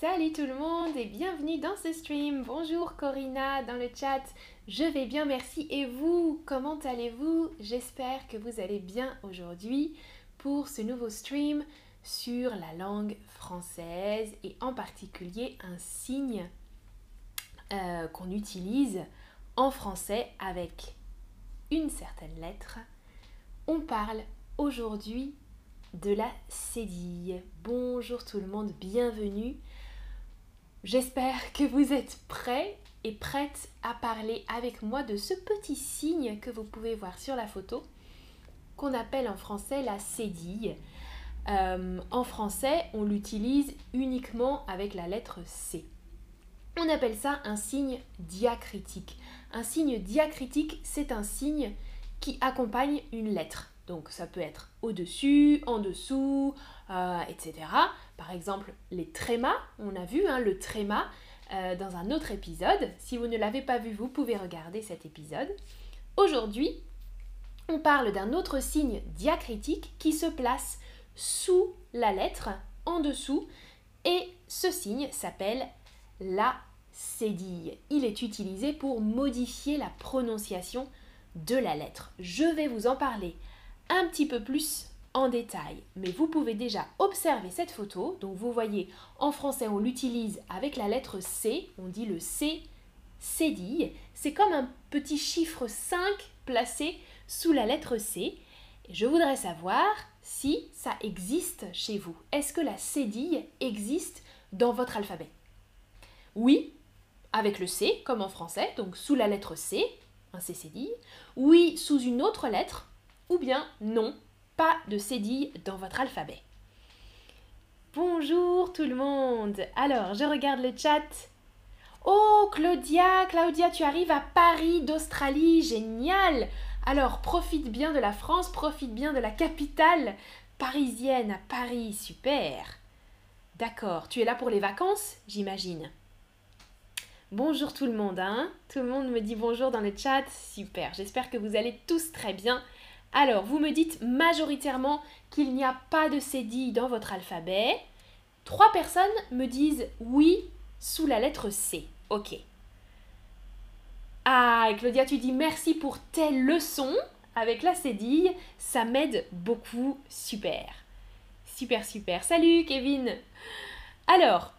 Salut tout le monde et bienvenue dans ce stream. Bonjour Corinna dans le chat. Je vais bien, merci. Et vous, comment allez-vous? J'espère que vous allez bien aujourd'hui pour ce nouveau stream sur la langue française et en particulier un signe qu'on utilise en français avec une certaine lettre. On parle aujourd'hui de la cédille. Bonjour tout le monde, bienvenue. J'espère que vous êtes prêts et prêtes à parler avec moi de ce petit signe que vous pouvez voir sur la photo, qu'on appelle en français la cédille. En français, on l'utilise uniquement avec la lettre C. On appelle ça un signe diacritique. Un signe diacritique, c'est un signe qui accompagne une lettre. Donc ça peut être au-dessus, en dessous, etc. Par exemple, les trémas, on a vu le tréma dans un autre épisode. Si vous ne l'avez pas vu, vous pouvez regarder cet épisode. Aujourd'hui, on parle d'un autre signe diacritique qui se place sous la lettre, en dessous, et ce signe s'appelle la cédille. Il est utilisé pour modifier la prononciation de la lettre. Je vais vous en parler un petit peu plus en détail, mais vous pouvez déjà observer cette photo. Donc vous voyez, en français on l'utilise avec la lettre C, on dit le C, cédille. C'est comme un petit chiffre 5 placé sous la lettre C. Et je voudrais savoir si ça existe chez vous. Est-ce que la cédille existe dans votre alphabet? Oui, avec le C, comme en français, donc sous la lettre C, un C cédille. Oui, sous une autre lettre, ou bien non, pas de cédille dans votre alphabet. Bonjour tout le monde. Alors, je regarde le chat. Oh, Claudia, tu arrives à Paris d'Australie, génial. Alors, profite bien de la France, profite bien de la capitale parisienne à Paris, super. D'accord, tu es là pour les vacances, j'imagine. Bonjour tout le monde, Tout le monde me dit bonjour dans le chat, super, j'espère que vous allez tous très bien. Alors, vous me dites majoritairement qu'il n'y a pas de cédille dans votre alphabet. 3 personnes me disent oui sous la lettre C. Ok. Ah, et Claudia, tu dis merci pour tes leçons avec la cédille. Ça m'aide beaucoup. Super. Super, super. Salut, Kevin. Alors,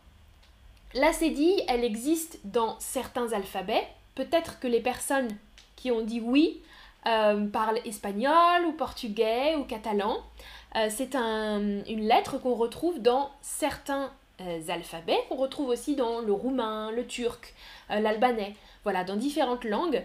la cédille, elle existe dans certains alphabets. Peut-être que les personnes qui ont dit oui parlent espagnol ou portugais ou catalan. C'est une lettre qu'on retrouve dans certains alphabets, qu'on retrouve aussi dans le roumain, le turc, l'albanais. Voilà, dans différentes langues,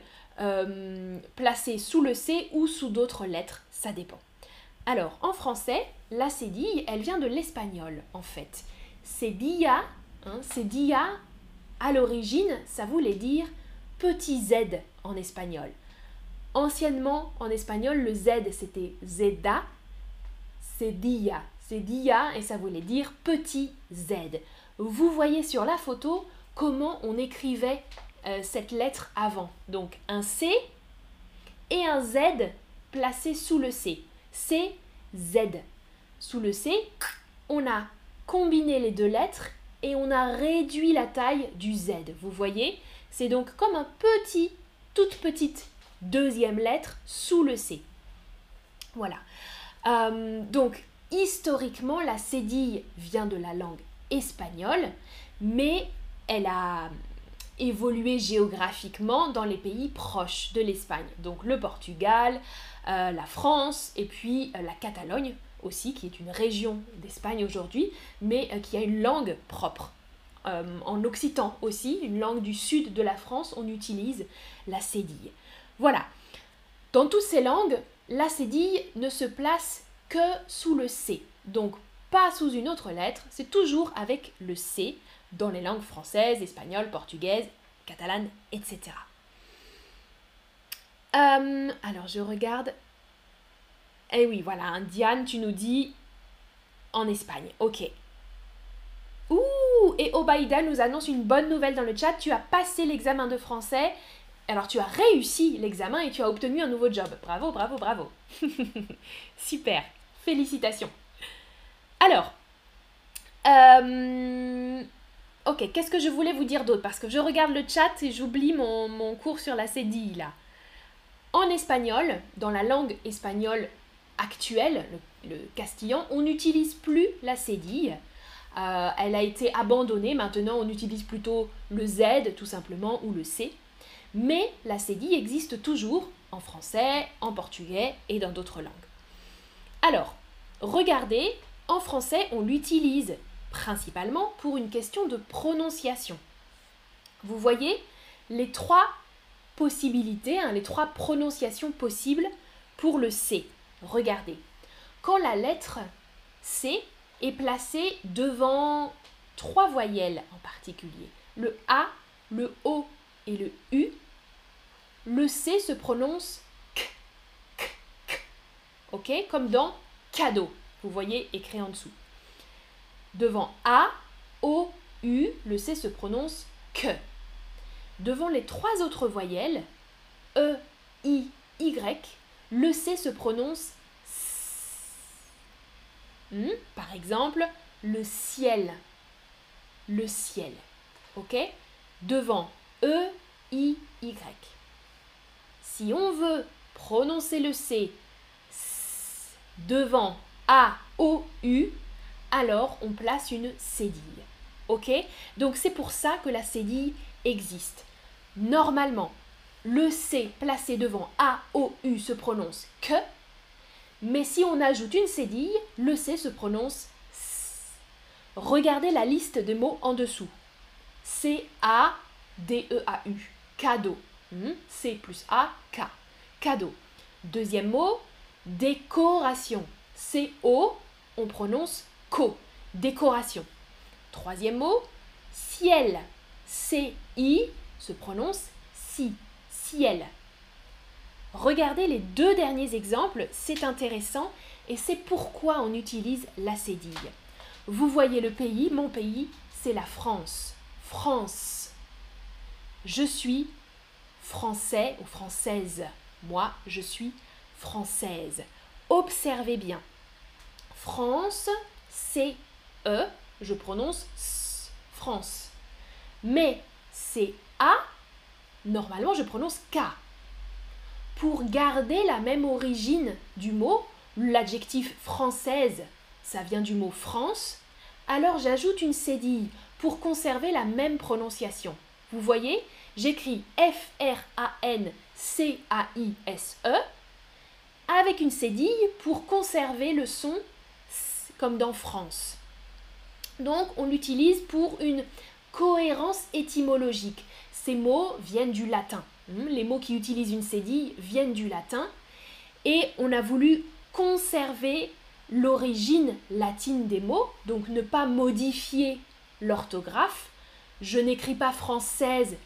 placées sous le C ou sous d'autres lettres, ça dépend. Alors, en français, la cédille, elle vient de l'espagnol, en fait. Cedilla, cedilla, à l'origine, ça voulait dire petit Z en espagnol. Anciennement, en espagnol, le Z, c'était zeda, cedilla, cedilla, et ça voulait dire petit Z. Vous voyez sur la photo comment on écrivait cette lettre avant. Donc, un C et un Z placé sous le C. C, Z. Sous le C, on a combiné les deux lettres et on a réduit la taille du Z. Vous voyez? C'est donc comme un petit, toute petite deuxième lettre sous le C. Voilà. Donc, historiquement, la cédille vient de la langue espagnole, mais elle a évolué géographiquement dans les pays proches de l'Espagne. Donc, le Portugal, la France et puis la Catalogne aussi, qui est une région d'Espagne aujourd'hui, mais qui a une langue propre. En occitan aussi, une langue du sud de la France, on utilise la cédille. Voilà. Dans toutes ces langues, la cédille ne se place que sous le C. Donc, pas sous une autre lettre, c'est toujours avec le C dans les langues françaises, espagnoles, portugaises, catalanes, etc. Alors, je regarde. Eh oui, voilà, Diane, tu nous dis en Espagne. Ok. Ouh, et Obaïda nous annonce une bonne nouvelle dans le chat. Tu as passé l'examen de français. Alors, tu as réussi l'examen et tu as obtenu un nouveau job. Bravo, bravo, bravo. Super, félicitations. Alors, Ok, qu'est-ce que je voulais vous dire d'autre? Parce que je regarde le chat et j'oublie mon cours sur la cédille là. En espagnol, dans la langue espagnole actuelle, le castillan, on n'utilise plus la cédille. Elle a été abandonnée, maintenant on utilise plutôt le Z tout simplement ou le C. Mais la cédille existe toujours en français, en portugais et dans d'autres langues. Alors, regardez, en français on l'utilise principalement pour une question de prononciation. Vous voyez les trois possibilités, les trois prononciations possibles pour le C. Regardez, quand la lettre C est placée devant trois voyelles en particulier, le A, le O et le U, le C se prononce k, k, k. Ok, comme dans cadeau, vous voyez écrit en dessous. Devant A, O, U, le C se prononce que. Devant les trois autres voyelles, E, I, Y, le C se prononce S. Par exemple, le ciel. Le ciel. Ok? Devant E, I, Y. Si on veut prononcer le C devant A, O, U, alors on place une cédille. Ok? Donc c'est pour ça que la cédille existe. Normalement, le C placé devant A, O, U se prononce que, mais si on ajoute une cédille, le C se prononce S. Regardez la liste des mots en dessous. C-A-D-E-A-U. Cadeau. C plus A, K. Cadeau. Deuxième mot, décoration. C-O, on prononce co. Décoration. Troisième mot, ciel. C-I se prononce si. Ciel. Regardez les deux derniers exemples, c'est intéressant et c'est pourquoi on utilise la cédille. Vous voyez le pays, mon pays, c'est la France. France. Je suis français ou française. Moi, je suis française. Observez bien. France, C-E, je prononce S, France. Mais C-A, normalement, je prononce K. Pour garder la même origine du mot, l'adjectif française, ça vient du mot France, alors j'ajoute une cédille pour conserver la même prononciation. Vous voyez, j'écris F-R-A-N-C-A-I-S-E avec une cédille pour conserver le son comme dans France. Donc on l'utilise pour une cohérence étymologique. Ces mots viennent du latin. Les mots qui utilisent une cédille viennent du latin et on a voulu conserver l'origine latine des mots, donc ne pas modifier l'orthographe. Je n'écris pas française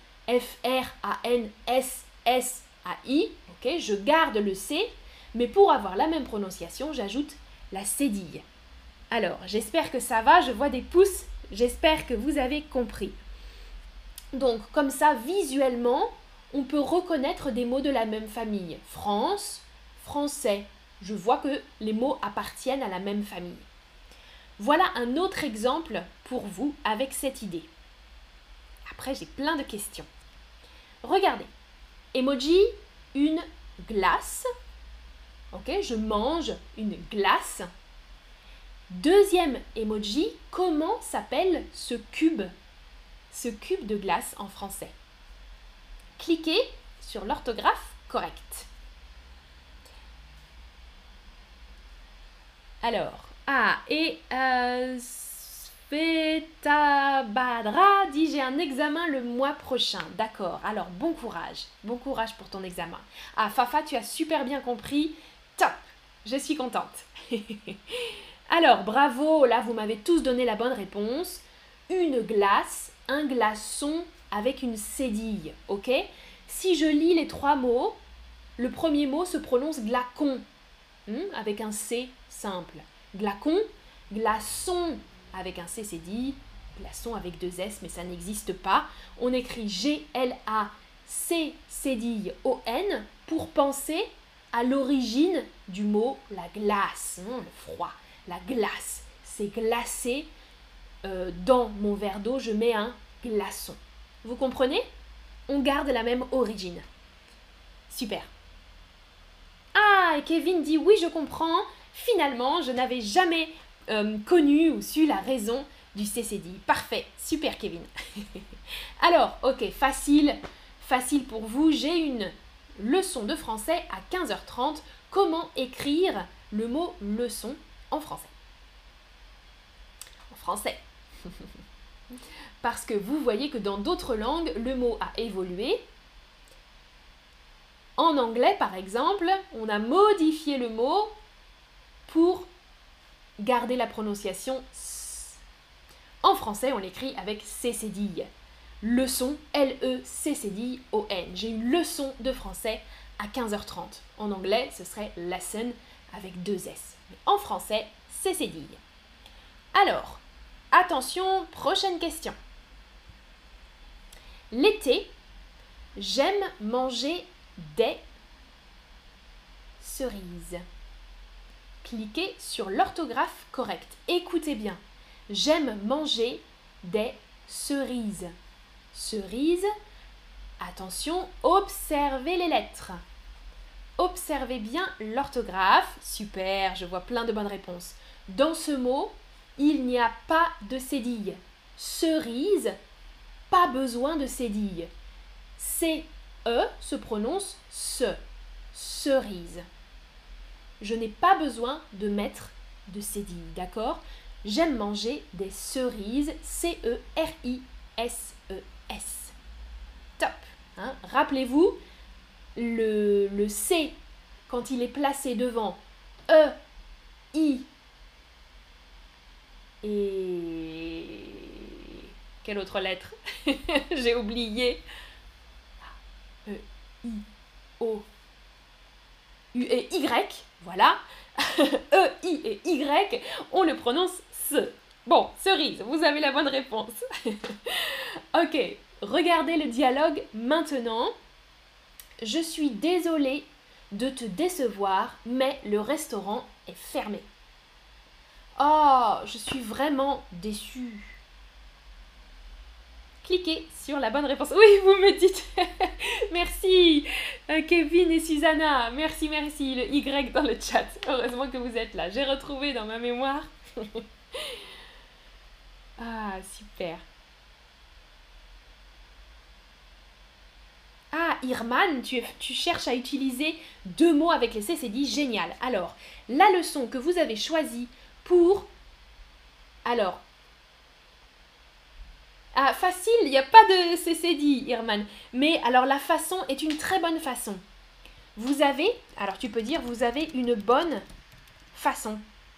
F-R-A-N-S-S-A-I, okay, je garde le C, mais pour avoir la même prononciation, j'ajoute la cédille. Alors, j'espère que ça va, je vois des pouces, j'espère que vous avez compris. Donc, comme ça, visuellement, on peut reconnaître des mots de la même famille. France, français. Je vois que les mots appartiennent à la même famille. Voilà un autre exemple pour vous avec cette idée. Après, j'ai plein de questions. Regardez. Emoji, une glace. Ok, je mange une glace. Deuxième emoji, comment s'appelle ce cube? Ce cube de glace en français. Cliquez sur l'orthographe correcte. Alors, Svetabadra dit j'ai un examen le mois prochain. D'accord, alors bon courage pour ton examen. Ah, Fafa, tu as super bien compris. Top, je suis contente. Alors, bravo, là vous m'avez tous donné la bonne réponse. Une glace, un glaçon avec une cédille, ok? Si je lis les trois mots, le premier mot se prononce glacon, avec un C simple. Glacon, glaçon avec un C cédille, glaçon avec deux S, mais ça n'existe pas. On écrit G-L-A-C cédille O-N pour penser à l'origine du mot la glace, le froid. La glace, c'est glacé dans mon verre d'eau, je mets un glaçon. Vous comprenez? On garde la même origine. Super. Ah, et Kevin dit oui, je comprends. Finalement, je n'avais jamais connu ou su la raison du CCDI. Parfait, super Kevin. Alors, ok, facile pour vous. J'ai une leçon de français à 15h30. Comment écrire le mot leçon en français? En français. Parce que vous voyez que dans d'autres langues, le mot a évolué. En anglais, par exemple, on a modifié le mot pour garder la prononciation S. En français, on l'écrit avec CCDI. Leçon, L-E-C-C-D-I-O-N. J'ai une leçon de français à 15h30. En anglais, ce serait lesson avec 2 S. Mais en français, CCDI. Alors, attention, prochaine question. L'été, j'aime manger des cerises. Cliquez sur l'orthographe correcte. Écoutez bien. J'aime manger des cerises. Cerises. Attention, observez les lettres. Observez bien l'orthographe. Super, je vois plein de bonnes réponses. Dans ce mot, il n'y a pas de cédille. Cerise, pas besoin de cédille. C-E se prononce se. Cerise. Je n'ai pas besoin de mettre de cédille, d'accord? J'aime manger des cerises, C-E-R-I-S-E-S. Top, hein? Rappelez-vous, le C, quand il est placé devant E, I et... Quelle autre lettre? J'ai oublié. E, I, O, U et Y, voilà. E, I et Y, on le prononce ce. Bon, cerise, vous avez la bonne réponse. Ok, regardez le dialogue maintenant. Je suis désolée de te décevoir, mais le restaurant est fermé. Oh, je suis vraiment déçue. Cliquez sur la bonne réponse. Oui, vous me dites. Merci, Kevin et Susanna. Merci. Le Y dans le chat. Heureusement que vous êtes là. J'ai retrouvé dans ma mémoire. Ah, super. Ah, Irman, tu cherches à utiliser 2 mots avec les CCD. Génial. Alors, la leçon que vous avez choisie pour... Alors... Ah, facile, il n'y a pas de CCD, Irman. Mais alors, la façon est une très bonne façon. Vous avez... Alors, tu peux dire, vous avez une bonne façon.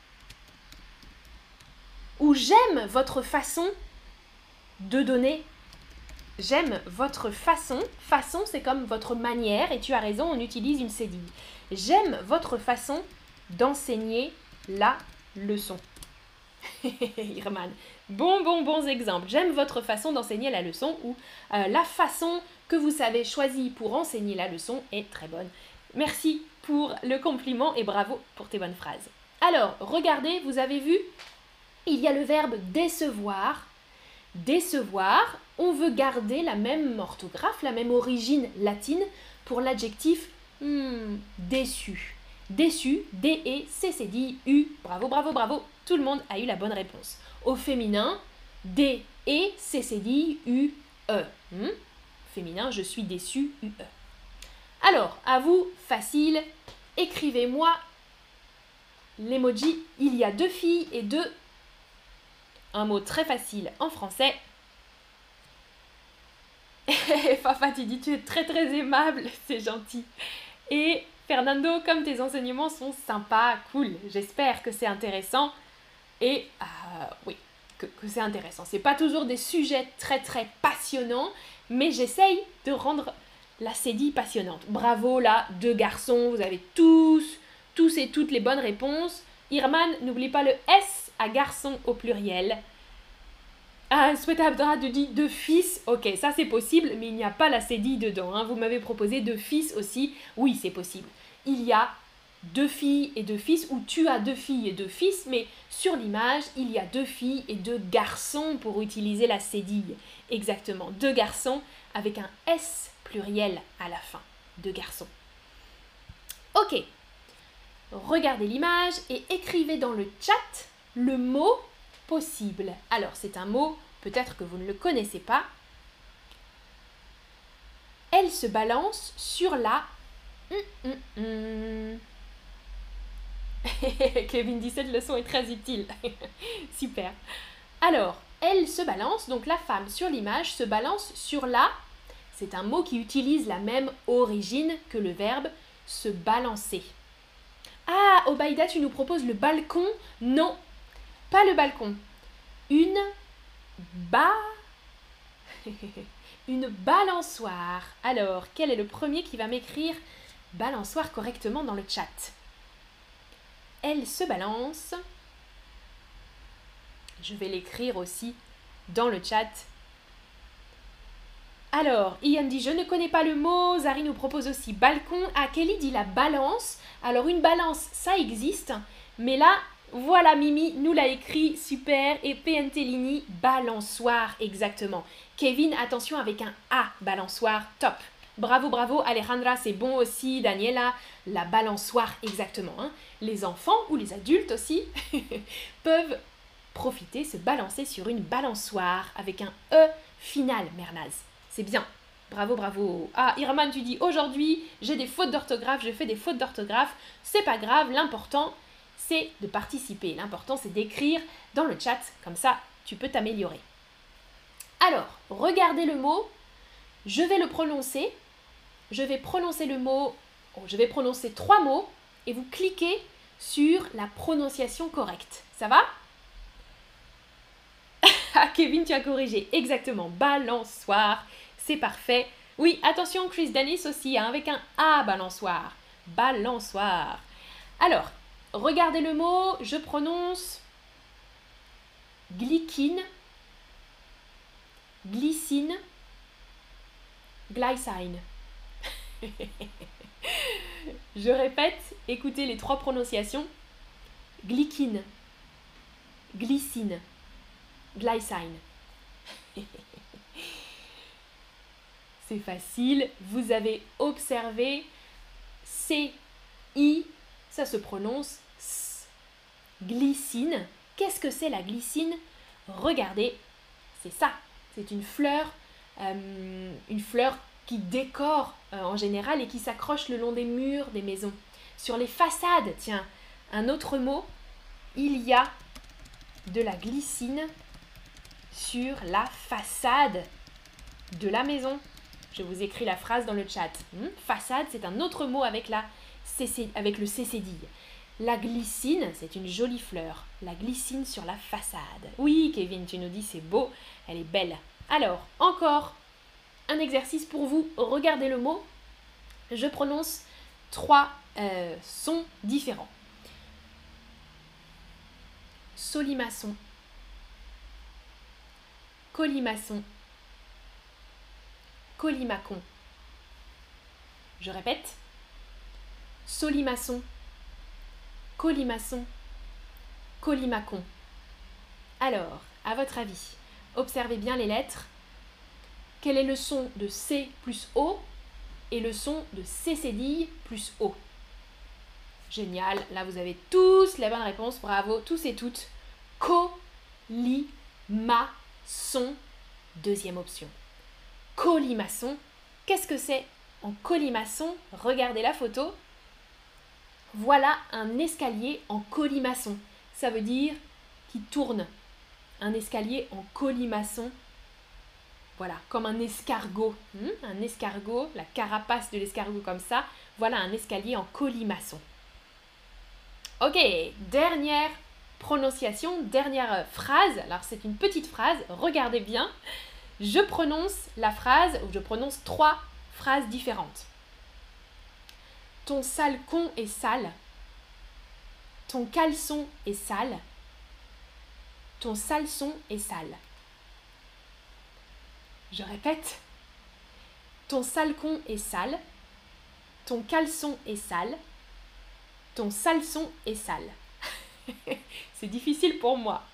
Ou j'aime votre façon de donner. J'aime votre façon. Façon, c'est comme votre manière. Et tu as raison, on utilise une cédille. J'aime votre façon d'enseigner la leçon. Irman. Bons exemples. J'aime votre façon d'enseigner la leçon ou la façon que vous avez choisie pour enseigner la leçon est très bonne. Merci pour le compliment et bravo pour tes bonnes phrases. Alors, regardez, vous avez vu, il y a le verbe décevoir. Décevoir, on veut garder la même orthographe, la même origine latine pour l'adjectif déçu. Déçu, D-E-C-C-D-U. Bravo. Tout le monde a eu la bonne réponse. Au féminin, D-E-C-C-D-U-E. Féminin, je suis déçu, U-E. Alors, à vous, facile. Écrivez-moi l'emoji. Il y a 2 filles et 2... Un mot très facile en français. Fafa, tu dis, tu es très aimable, c'est gentil. Et Fernando, comme tes enseignements sont sympas, cool, j'espère que c'est intéressant. Et oui, que c'est intéressant. C'est pas toujours des sujets très passionnants, mais j'essaye de rendre la CDI passionnante. Bravo là, 2 garçons, vous avez tous et toutes les bonnes réponses. Irman, n'oublie pas le S à garçon au pluriel. Ah, Swetabdra te dit 2 fils. Ok, ça c'est possible, mais il n'y a pas la CDI dedans. Hein. Vous m'avez proposé 2 fils aussi. Oui, c'est possible. Il y a deux filles et deux fils, ou tu as deux filles et deux fils, mais sur l'image, il y a deux filles et deux garçons pour utiliser la cédille. Exactement, deux garçons avec un S pluriel à la fin. Deux garçons. Ok, regardez l'image et écrivez dans le chat le mot possible. Alors, c'est un mot, peut-être que vous ne le connaissez pas. Elle se balance sur la... Kevin 17, le son est très utile. Super. Alors, elle se balance, donc la femme sur l'image se balance sur la... C'est un mot qui utilise la même origine que le verbe se balancer. Ah, Obaïda, tu nous proposes le balcon? Non, pas le balcon. Une une balançoire. Alors, quel est le premier qui va m'écrire balançoire correctement dans le chat? Elle se balance. Je vais l'écrire aussi dans le chat. Alors, Ian dit « Je ne connais pas le mot ». Zari nous propose aussi « balcon ». Ah, Kelly dit « la balance ». Alors, une balance, ça existe. Mais là, voilà, Mimi nous l'a écrit, super. Et PNT Lini, balançoire, exactement. Kevin, attention avec un A, balançoire, top. Bravo, bravo. Alejandra, c'est bon aussi. Daniela, la balançoire, exactement. Hein. Les enfants, ou les adultes aussi, peuvent profiter, se balancer sur une balançoire avec un E final, Mernaz. C'est bien. Bravo, bravo. Ah, Irman, tu dis aujourd'hui, j'ai des fautes d'orthographe, je fais des fautes d'orthographe. C'est pas grave, l'important, c'est de participer. L'important, c'est d'écrire dans le chat. Comme ça, tu peux t'améliorer. Alors, regardez le mot. Je vais le prononcer. Je vais prononcer le mot. Je vais prononcer 3 mots et vous cliquez sur la prononciation correcte. Ça va? Ah, Kevin, tu as corrigé. Exactement. Balançoire. C'est parfait. Oui, attention, Chris Dennis aussi, hein, avec un A, balançoire. Balançoire. Alors, regardez le mot. Je prononce glycine, glycine, glycine. Je répète, écoutez les 3 prononciations. Glycine, glycine, glycine. C'est facile, vous avez observé, C-I, ça se prononce S. Glycine, qu'est-ce que c'est la glycine? Regardez, c'est ça, c'est une fleur qui décore en général et qui s'accroche le long des murs des maisons. Sur les façades, tiens, un autre mot, il y a de la glycine sur la façade de la maison. Je vous écris la phrase dans le chat. Façade, c'est un autre mot avec le cécédille. La glycine, c'est une jolie fleur. La glycine sur la façade. Oui, Kevin, tu nous dis c'est beau, elle est belle. Alors, encore un exercice pour vous. Regardez le mot. Je prononce 3 sons différents. Solimaçon, colimaçon, colimaçon. Je répète. Solimaçon, colimaçon, colimaçon. Alors, à votre avis, observez bien les lettres. Quel est le son de C plus O et le son de C cédille plus O? Génial, là vous avez tous la bonne réponse, bravo, tous et toutes. Colimaçon, deuxième option. Colimaçon, qu'est-ce que c'est en colimaçon? Regardez la photo. Voilà un escalier en colimaçon. Ça veut dire qui tourne. Un escalier en colimaçon. Voilà, comme un escargot. Un escargot, la carapace de l'escargot comme ça. Voilà un escalier en colimaçon. Ok, dernière prononciation, dernière phrase. Alors c'est une petite phrase, regardez bien. Je prononce la phrase, ou je prononce 3 phrases différentes. Ton salcon est sale. Ton caleçon est sale. Ton salson est sale. Je répète. Ton salcon est sale. Ton caleçon est sale. ton caleçon est sale. C'est difficile pour moi.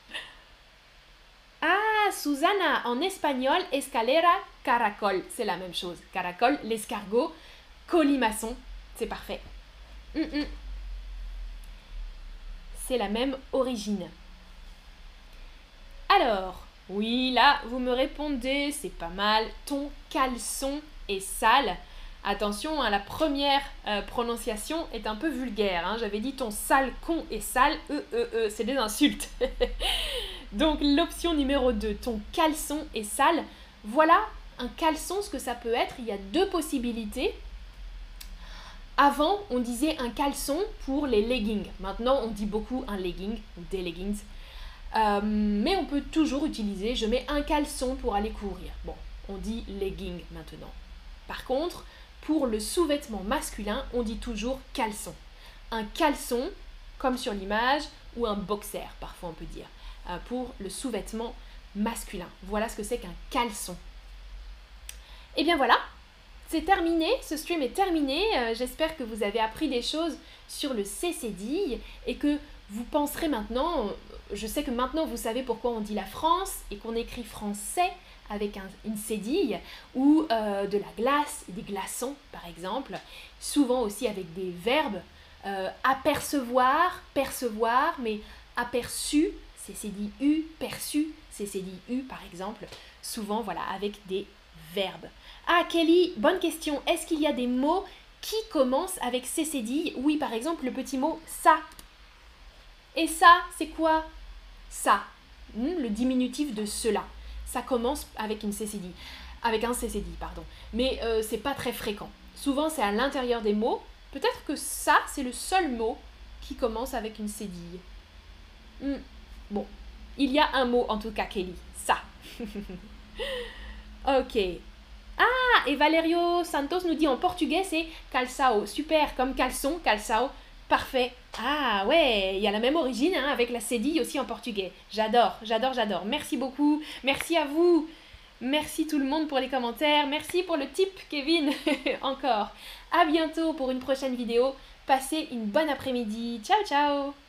Ah, Susana, en espagnol, escalera, caracol. C'est la même chose. Caracol, l'escargot, colimaçon. C'est parfait. C'est la même origine. Alors, oui, là, vous me répondez, c'est pas mal. Ton caleçon est sale. Attention, hein, la première prononciation est un peu vulgaire. Hein. J'avais dit ton sale con est sale. C'est des insultes. Donc, l'option numéro 2, ton caleçon est sale. Voilà un caleçon, ce que ça peut être. Il y a deux possibilités. Avant, on disait un caleçon pour les leggings. Maintenant, on dit beaucoup un legging ou des leggings. Mais on peut toujours utiliser, je mets un caleçon pour aller courir. Bon, on dit legging maintenant. Par contre, pour le sous-vêtement masculin, on dit toujours caleçon. Un caleçon, comme sur l'image, ou un boxer, parfois on peut dire, pour le sous-vêtement masculin. Voilà ce que c'est qu'un caleçon. Et bien voilà, c'est terminé, ce stream est terminé. J'espère que vous avez appris des choses sur le cécédille et que vous penserez maintenant, je sais que maintenant vous savez pourquoi on dit la France et qu'on écrit français avec une cédille ou de la glace, des glaçons par exemple, souvent aussi avec des verbes, apercevoir, percevoir, mais aperçu, cécédille U, perçu, cécédille U par exemple, souvent voilà avec des verbes. Ah Kelly, bonne question, est-ce qu'il y a des mots qui commencent avec cécédille? Oui, par exemple le petit mot ça. Et ça, c'est quoi? Ça, le diminutif de cela. Ça commence avec une cécédille, avec un cécédille, pardon. Mais c'est pas très fréquent. Souvent, c'est à l'intérieur des mots. Peut-être que ça, c'est le seul mot qui commence avec une cédille. Bon, il y a un mot en tout cas, Kelly. Ça. Ok. Ah, et Valerio Santos nous dit en portugais, c'est calçao. Super, comme caleçon, calçao. Parfait. Ah ouais, il y a la même origine hein, avec la cédille aussi en portugais. J'adore, j'adore, j'adore. Merci beaucoup. Merci à vous. Merci tout le monde pour les commentaires. Merci pour le tip, Kevin. Encore. À bientôt pour une prochaine vidéo. Passez une bonne après-midi. Ciao, ciao.